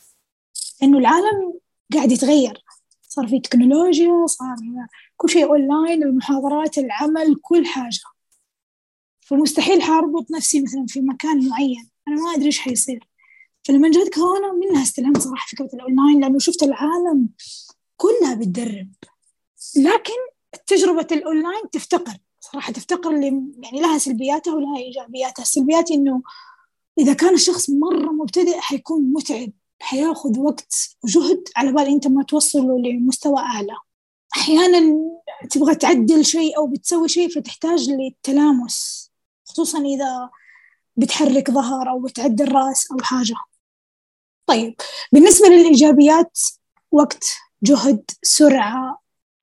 إنه العالم قاعد يتغير، صار في تكنولوجيا، صار كل شيء أونلاين، المحاضرات، العمل، كل حاجة. فمستحيل حاربط نفسي مثلا في مكان معين، أنا ما أدري إيش حيصير. فلما جات كورونا منها استلهمت صراحة فكرة الأونلاين، لأنه شفت العالم كلها بتدرب. لكن تجربة الأونلاين تفتقر صراحة، تفتقر يعني لها سلبياتها ولها إيجابياتها. السلبيات إنه إذا كان الشخص مرة مبتدئ حيكون متعب، حياخذ وقت وجهد على بال أنت ما توصله لمستوى أعلى. أحيانا تبغى تعدل شيء أو بتسوي شيء فتحتاج للتلامس، خصوصا إذا بتحرك ظهر أو بتعدل رأس أو حاجة. طيب بالنسبة للإيجابيات، وقت، جهد، سرعة.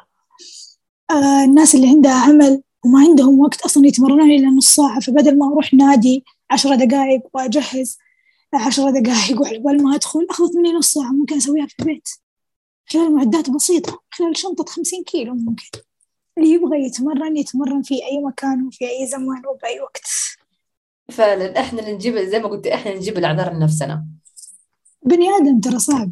الناس اللي عندها عمل وما عندهم وقت أصلا يتمرنون إلا نص ساعة، فبدل ما أروح نادي 10 دقائق وأجهز 10 دقائق وعلى ما أدخل أخذت مني نص ساعة ممكن أسويها في البيت خلال معدات بسيطة، خلال شنطة 50 كيلو. ممكن اللي يبغى يتمرن في أي مكان وفي أي زمان وبأي وقت. فعلا احنا اللي نجيب، زي ما قلت، احنا نجيب الأعذار لنفسنا. بني آدم ترى صعب،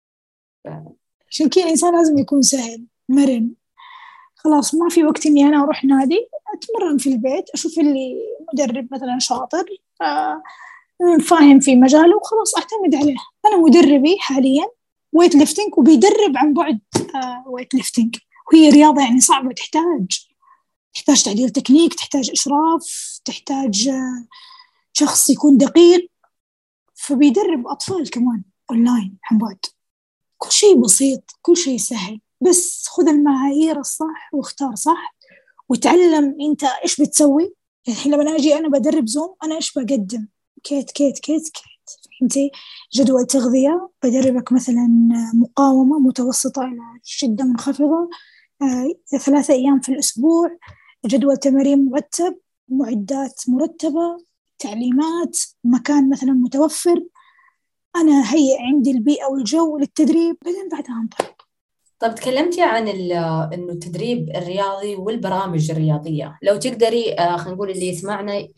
عشان كذا الإنسان لازم يكون سهل مرن. خلاص ما في وقت إني أنا أروح نادي، أتمرن في البيت، أشوف اللي مدرب مثلا شاطر فاهم في مجاله وخلاص أعتمد عليه. أنا مدربي حاليا ويت ليفتنج وبيدرب عن بعد ويت ليفتنج، وهي رياضة يعني صعبة، تحتاج تعديل تكنيك، تحتاج إشراف، تحتاج شخص يكون دقيق. فبيدرب أطفال كمان أونلاين عن بعد. كل شيء بسيط، كل شيء سهل، بس خذ المعايير الصح واختار صح وتعلم أنت إيش بتسوي. يعني لما أجي أنا بدرب زوم، أنا إيش بقدم؟ كيت كيت كيت كيت، فهمتي؟ جدول تغذية، بدربك مثلا مقاومة متوسطة إلى شدة منخفضة 3 أيام في الأسبوع، جدول تمارين مرتب، معدات مرتبة، تعليمات، مكان مثلا متوفر. أنا هيئ عندي البيئة والجو للتدريب، بعدين بعدها انطلق. طب تكلمتي عن إنه التدريب الرياضي والبرامج الرياضية، لو تقدري خلينا نقول اللي يسمعنا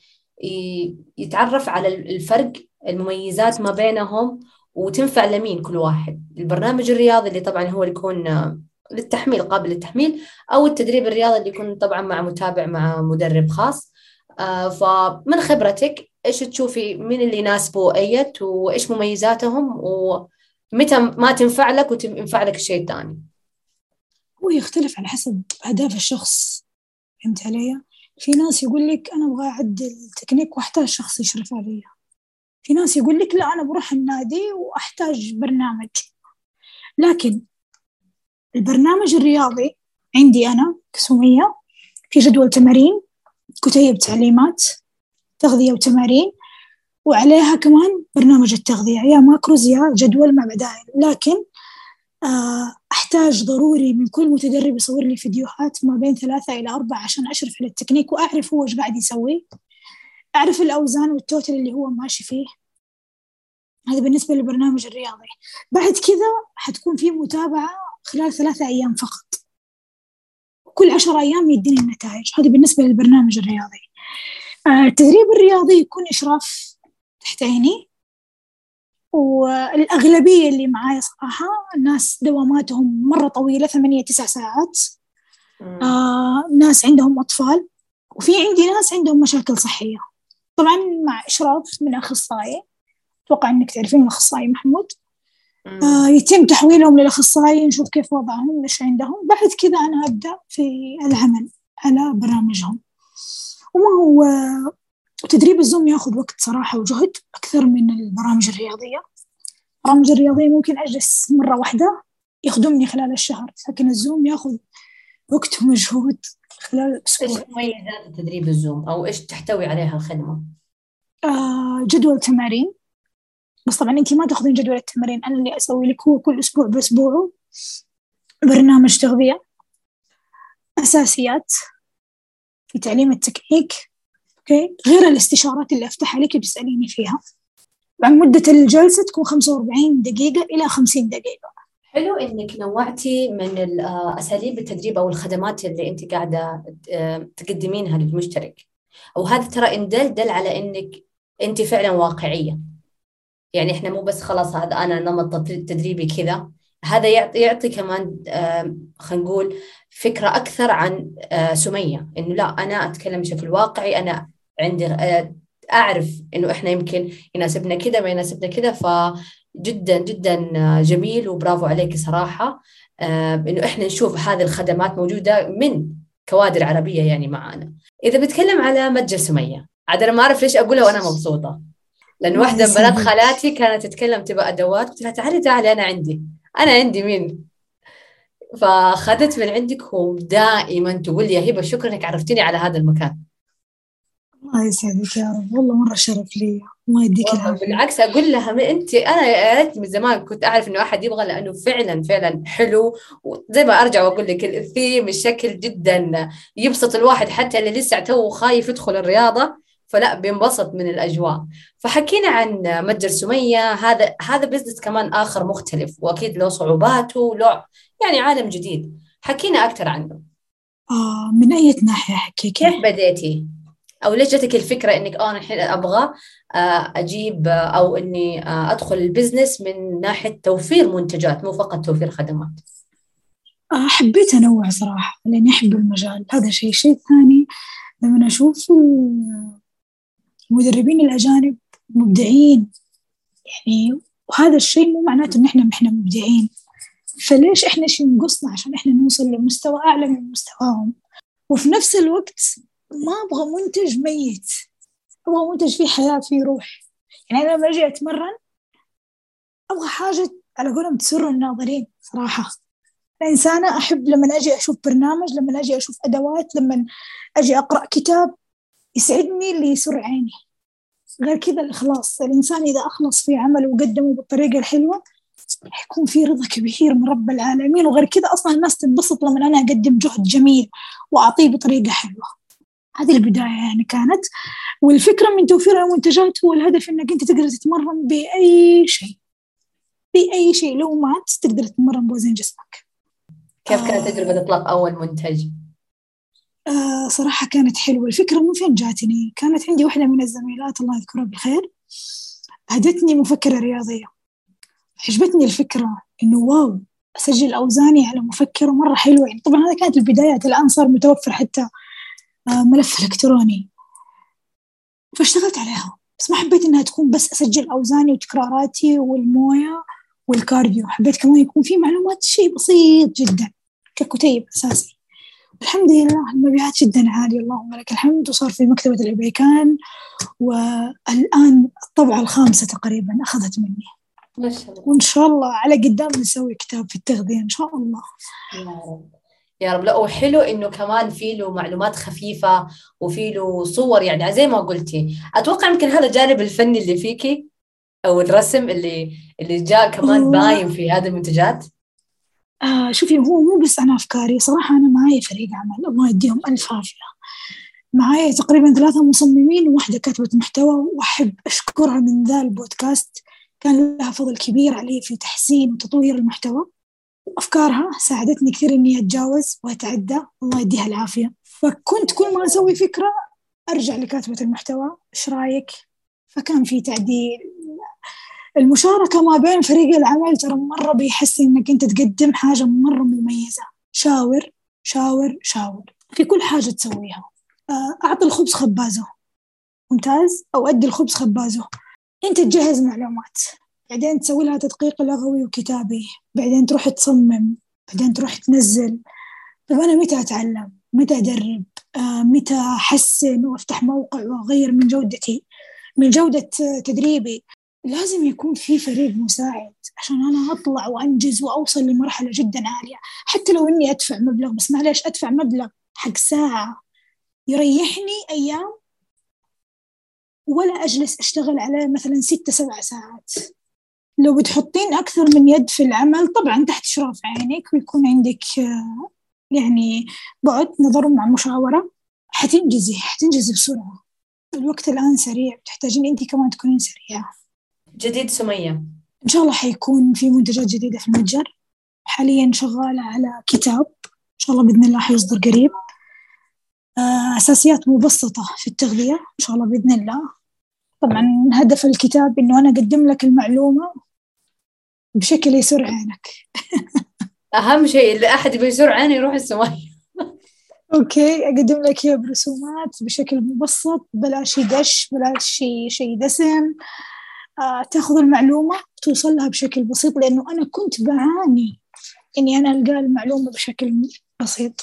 يتعرف على الفرق، المميزات ما بينهم، وتنفع لمين كل واحد. البرنامج الرياضي اللي طبعا هو اللي يكون للتحميل، قابل للتحميل، أو التدريب الرياضي اللي يكون طبعا مع متابع، مع مدرب خاص. فمن خبرتك إيش تشوفي مين اللي يناسبه أيت، وإيش مميزاتهم، ومتى ما تنفع لك وتنفع لك الشيء الثاني؟ هو يختلف على حسب أهداف الشخص، فهمت علي؟ في ناس يقول لك أنا أبغى أعدل تكنيك وأحتاج شخص يشرف علي، في ناس يقول لك لا أنا بروح النادي وأحتاج برنامج. لكن البرنامج الرياضي عندي أنا كسومية في جدول تمارين، كتيب تعليمات، تغذية وتمارين، وعليها كمان برنامج التغذية، يا ماكروز يا جدول مع بدائل. لكن أحتاج ضروري من كل متدرب يصور لي فيديوهات ما بين 3 إلى 4 عشان أشرف على التكنيك وأعرف هو إيش قاعد يسوي، أعرف الأوزان والتوتل اللي هو ماشي فيه. هذا بالنسبة للبرنامج الرياضي. بعد كذا حتكون في متابعة خلال 3 أيام فقط، كل 10 أيام يديني النتائج. هذا بالنسبة للبرنامج الرياضي. التدريب الرياضي يكون إشراف تحت عيني، والأغلبية اللي معايا صراحة الناس دواماتهم مرة طويلة 8-9 ساعات. ناس عندهم أطفال، وفي عندي ناس عندهم مشاكل صحية، طبعا مع إشراف من أخصائي. أتوقع أنك تعرفين الأخصائي محمود. يتم تحويلهم للأخصائي، نشوف كيف وضعهم، إيش عندهم. بعد كذا أنا أبدأ في العمل على برامجهم. وما هو تدريب الزوم يأخذ وقت صراحة وجهد أكثر من البرامج الرياضية. البرامج الرياضية ممكن أجلس مرة واحدة يخدمني خلال الشهر، لكن الزوم يأخذ وقت ومجهود خلال أسبوع. إيش مميزات تدريب الزوم، أو إيش تحتوي عليها الخدمة؟ جدول تمارين، بس طبعا أنت ما تأخذين جدول التمارين، أنا اللي أسوي لك هو كل أسبوع بأسبوعه. برنامج تغذية، أساسيات في تعليم التكنيك، أوكي، غير الاستشارات اللي أفتحها لك بتسأليني فيها. عن مدة الجلسة تكون 45 دقيقة إلى 50 دقيقة. حلو إنك نوعتي من أساليب التدريب أو الخدمات اللي أنت قاعدة تقدمينها للمشترك، وهذا ترى إن دل على إنك أنت فعلا واقعية. يعني إحنا مو بس خلاص هذا أنا نمط تدريبي كذا، هذا يعطي كمان خلينا نقول فكرة أكثر عن سمية، إنه لا أنا أتكلم بشكل واقعي، أنا عندي أعرف إنه إحنا يمكن يناسبنا كذا ما يناسبنا كذا. فجدا جدا جميل وبرافو عليك صراحة، إنه إحنا نشوف هذه الخدمات موجودة من كوادر عربية يعني معانا. إذا بتكلم على متجر سمية، عاد أنا ما أعرف ليش أقولها وأنا مبسوطة، لأن الله واحدة من بنات يسعدك. خالاتي كانت تتكلم تبغى أدوات، قلت لها تعالي تعالي أنا عندي مين، فأخذت من عندك. ودائما تقول لي يا هبة شكرا إنك عرفتيني على هذا المكان. الله يسعدك يا رب، والله مرة شرف لي، الله يديك والله العافية. بالعكس أقول لها أنت، أنا يا ريت من زمان كنت أعرف إنه أحد يبغى، لأنه فعلا فعلا حلو. وزي ما أرجع وأقول لك الثيم الشكل جدا يبسط الواحد، حتى اللي لسه تو خايف يدخل الرياضة فلا بينبسط من الأجواء. فحكينا عن متجر سمية، هذا بزنس كمان آخر مختلف، وأكيد له صعوباته وله يعني عالم جديد. حكينا أكثر عنه. من أي ناحية كيف حكيكي؟ بديتي؟ أو ليش جاتك الفكرة إنك أنا الحين أبغى أجيب أو إني أدخل البزنس من ناحية توفير منتجات مو فقط توفير خدمات؟ حبيت أنوع صراحة لأني أحب المجال هذا. شيء ثاني، لما أشوف المدربين الأجانب مبدعين يعني، وهذا الشيء مو معناته إن إحنا مبدعين، فليش إحنا شيء نقصنا عشان إحنا نوصل لمستوى أعلى من مستواهم؟ وفي نفس الوقت ما أبغى منتج ميت، أبغى منتج فيه حياة فيه روح. يعني أنا لما أجي أتمرن أبغى حاجة على قولهم تسر الناظرين صراحة. إنسانة أحب لما أجي أشوف برنامج، لما أجي أشوف أدوات، لما أجي أقرأ كتاب يسعدني اللي يسر عيني. غير كذا الإخلاص، الإنسان إذا أخلص في عمله وقدمه بالطريقة الحلوة حيكون في رضا كبير من رب العالمين. وغير كذا أصلا الناس تنبسط لما أنا أقدم جهد جميل وأعطيه بطريقة حلوة. هذه البداية يعني كانت، والفكرة من توفير المنتجات هو الهدف إنك أنت تقدر تتمرن بأي شيء، بأي شيء لو مات تقدر تتمرن بوزن جسمك. كيف كانت تجربة إطلاق أول منتج؟ صراحة كانت حلوة. الفكرة من فين جاتني؟ كانت عندي واحدة من الزميلات الله يذكرها بالخير هدتني مفكرة رياضية، عجبتني الفكرة إنه واو أسجل أوزاني على مفكرة مرة حلوة. يعني طبعا هذا كانت البدايات، الآن صار متوفر حتى ملف إلكتروني، فاشتغلت عليها. بس ما حبيت إنها تكون بس أسجل أوزاني وتكراراتي والموية والكارديو، حبيت كمان يكون في معلومات شيء بسيط جدا ككتيب أساسي. الحمد لله المبيعات جدا عالية اللهم لك الحمد، وصار في مكتبة الأمريكان، والآن الطبعة الخامسة تقريبا أخذت مني. ما شاء الله. وإن شاء الله على قدام نسوي كتاب في التغذية إن شاء الله. يا رب يا رب. لا وحلو إنه كمان في له معلومات خفيفة وفي له صور، يعني زي ما قلتي أتوقع يمكن هذا الجانب الفني اللي فيكي، أو الرسم اللي جاء كمان الله باين في هذه المنتجات. شوفي، هو مو بس أنا أفكاري صراحة، أنا معايا فريق عمل الله يديهم ألف عافية. معايا تقريبا 3 مصممين وواحدة كاتبة محتوى، وأحب أشكرها من ذا البودكاست، كان لها فضل كبير علي في تحسين وتطوير المحتوى، وأفكارها ساعدتني كثير إني أتجاوز وأتعدى الله يديها العافية. فكنت كل ما أسوي فكرة أرجع لكاتبة المحتوى إيش رأيك؟ فكان في تعديل. المشاركة ما بين فريق العمل ترى مرة بيحس إنك أنت تقدم حاجة مرة مميزة. شاور شاور شاور في كل حاجة تسويها. أعطي الخبز خبازه ممتاز، أو أدي الخبز خبازه. أنت تجهز معلومات، بعدين تسوي لها تدقيق لغوي وكتابي، بعدين تروح تصمم، بعدين تروح تنزل. طب أنا متى أتعلم؟ متى أدرب؟ متى أحسن وأفتح موقع وأغير من جودتي، من جودة تدريبي؟ لازم يكون في فريق مساعد عشان أنا أطلع وأنجز وأوصل لمرحلة جدا عالية. حتى لو إني أدفع مبلغ، بس معليش أدفع مبلغ حق ساعة يريحني أيام، ولا أجلس أشتغل عليه مثلا 6 7 ساعات. لو بتحطين أكثر من يد في العمل طبعا تحت إشراف عينك، ويكون عندك يعني بعد نظر مع مشاورة، حتنجزي بسرعة. الوقت الآن سريع، بتحتاجين أنت كمان تكونين سريعة. جديد سمية، إن شاء الله حيكون في منتجات جديدة في المتجر. حاليا شغالة على كتاب إن شاء الله بإذن الله حيصدر قريب، أساسيات مبسطة في التغذية إن شاء الله بإذن الله. طبعا هدف الكتاب إنه أنا أقدم لك المعلومة بشكل يسر عينك. أهم شيء اللي أحد بيسر عينه يروح السمية. أوكي، أقدم لك إياه برسومات بشكل مبسط، بلاش دش، بلاش شيء دسم. تاخذ المعلومة توصل لها بشكل بسيط، لأنه أنا كنت بعاني إني أنا ألقى المعلومة بشكل بسيط.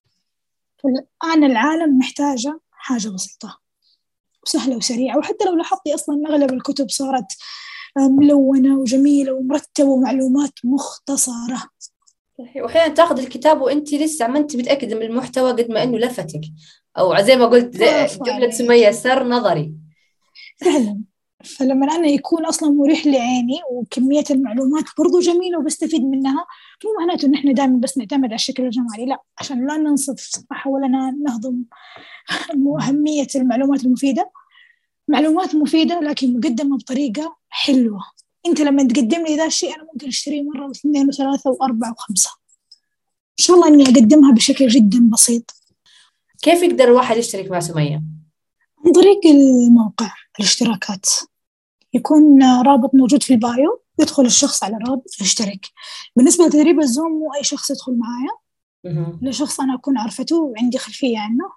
فالآن العالم محتاجة حاجة بسيطة وسهلة وسريعة. وحتى لو لاحظتي أصلاً أغلب الكتب صارت ملونة وجميلة ومرتبة ومعلومات مختصرة. وأحيانا تاخذ الكتاب وأنت لسه ما أنت متأكدة من المحتوى قد ما إنه لفتك، أو زي ما قلت جملة سمية سر نظري فعلا. فلما أنا يكون أصلا مريح لعيني وكمية المعلومات برضو جميلة وبستفيد منها، مو معناته إن إحنا دائما بس نعتمد على الشكل الجمالي، لا، عشان لا ننصف صراحة ولا نهضم أهمية المعلومات المفيدة. معلومات مفيدة لكن مقدمة بطريقة حلوة. أنت لما تقدم لي ذا الشيء أنا ممكن أشتريه مرة واثنين وثلاثة وأربعة وخمسة، إن شاء الله إني أقدمها بشكل جدا بسيط. كيف يقدر الواحد يشترك مع سمية؟ عن طريق الموقع، الاشتراكات يكون رابط موجود في البايو، يدخل الشخص على الرابط يشترك. بالنسبة لتدريب الزوم مو أي شخص يدخل معايا، لشخص أنا أكون عرفته وعندي خلفية عنه.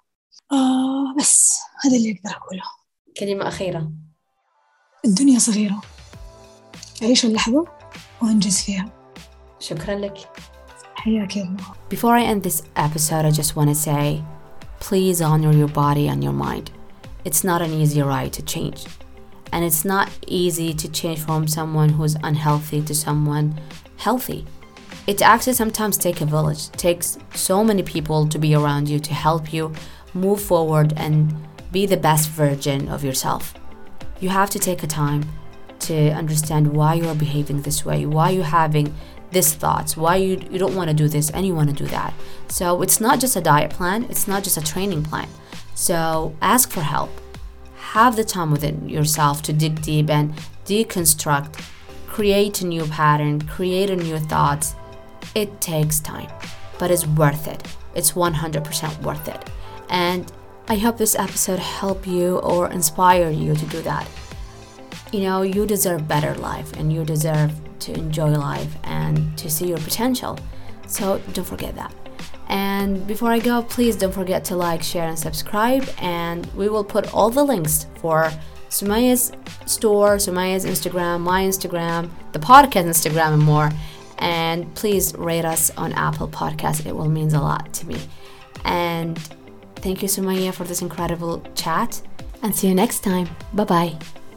بس هذا اللي أقدر أقوله. كلمة أخيرة. الدنيا صغيرة، عيش اللحظة وانجز فيها. شكرا لك. حياك الله. Before I end this episode, I just want to say, please honor your body and your mind. It's not an easy ride to change. And it's not easy to change from someone who's unhealthy to someone healthy. It actually sometimes takes a village. It takes so many people to be around you to help you move forward and be the best version of yourself. You have to take a time to understand why you're behaving this way, why you're having these thoughts, why you don't want to do this and you want to do that. So it's not just a diet plan, it's not just a training plan. So ask for help. Have the time within yourself to dig deep and deconstruct, create a new pattern, create a new thoughts. It takes time, but it's worth it. It's 100% worth it. And I hope this episode helped you or inspire you to do that. You know, you deserve better life and you deserve to enjoy life and to see your potential. So don't forget that. And before I go, please don't forget to like, share, and subscribe. And we will put all the links for Sumaya's store, Sumaya's Instagram, my Instagram, the podcast Instagram, and more. And please rate us on Apple Podcasts. It will mean a lot to me. And thank you, Sumaya, for this incredible chat. And see you next time. Bye-bye.